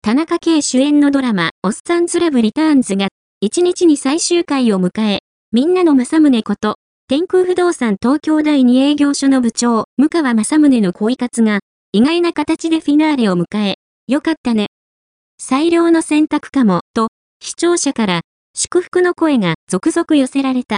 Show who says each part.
Speaker 1: 田中圭主演のドラマ、おっさんずラブリターンズが、1日に最終回を迎え、みんなの正宗こと、天空不動産東京第2営業所の部長、向川正宗の恋活が、意外な形でフィナーレを迎え、よかったね。最良の選択かも、と、視聴者から、祝福の声が続々寄せられた。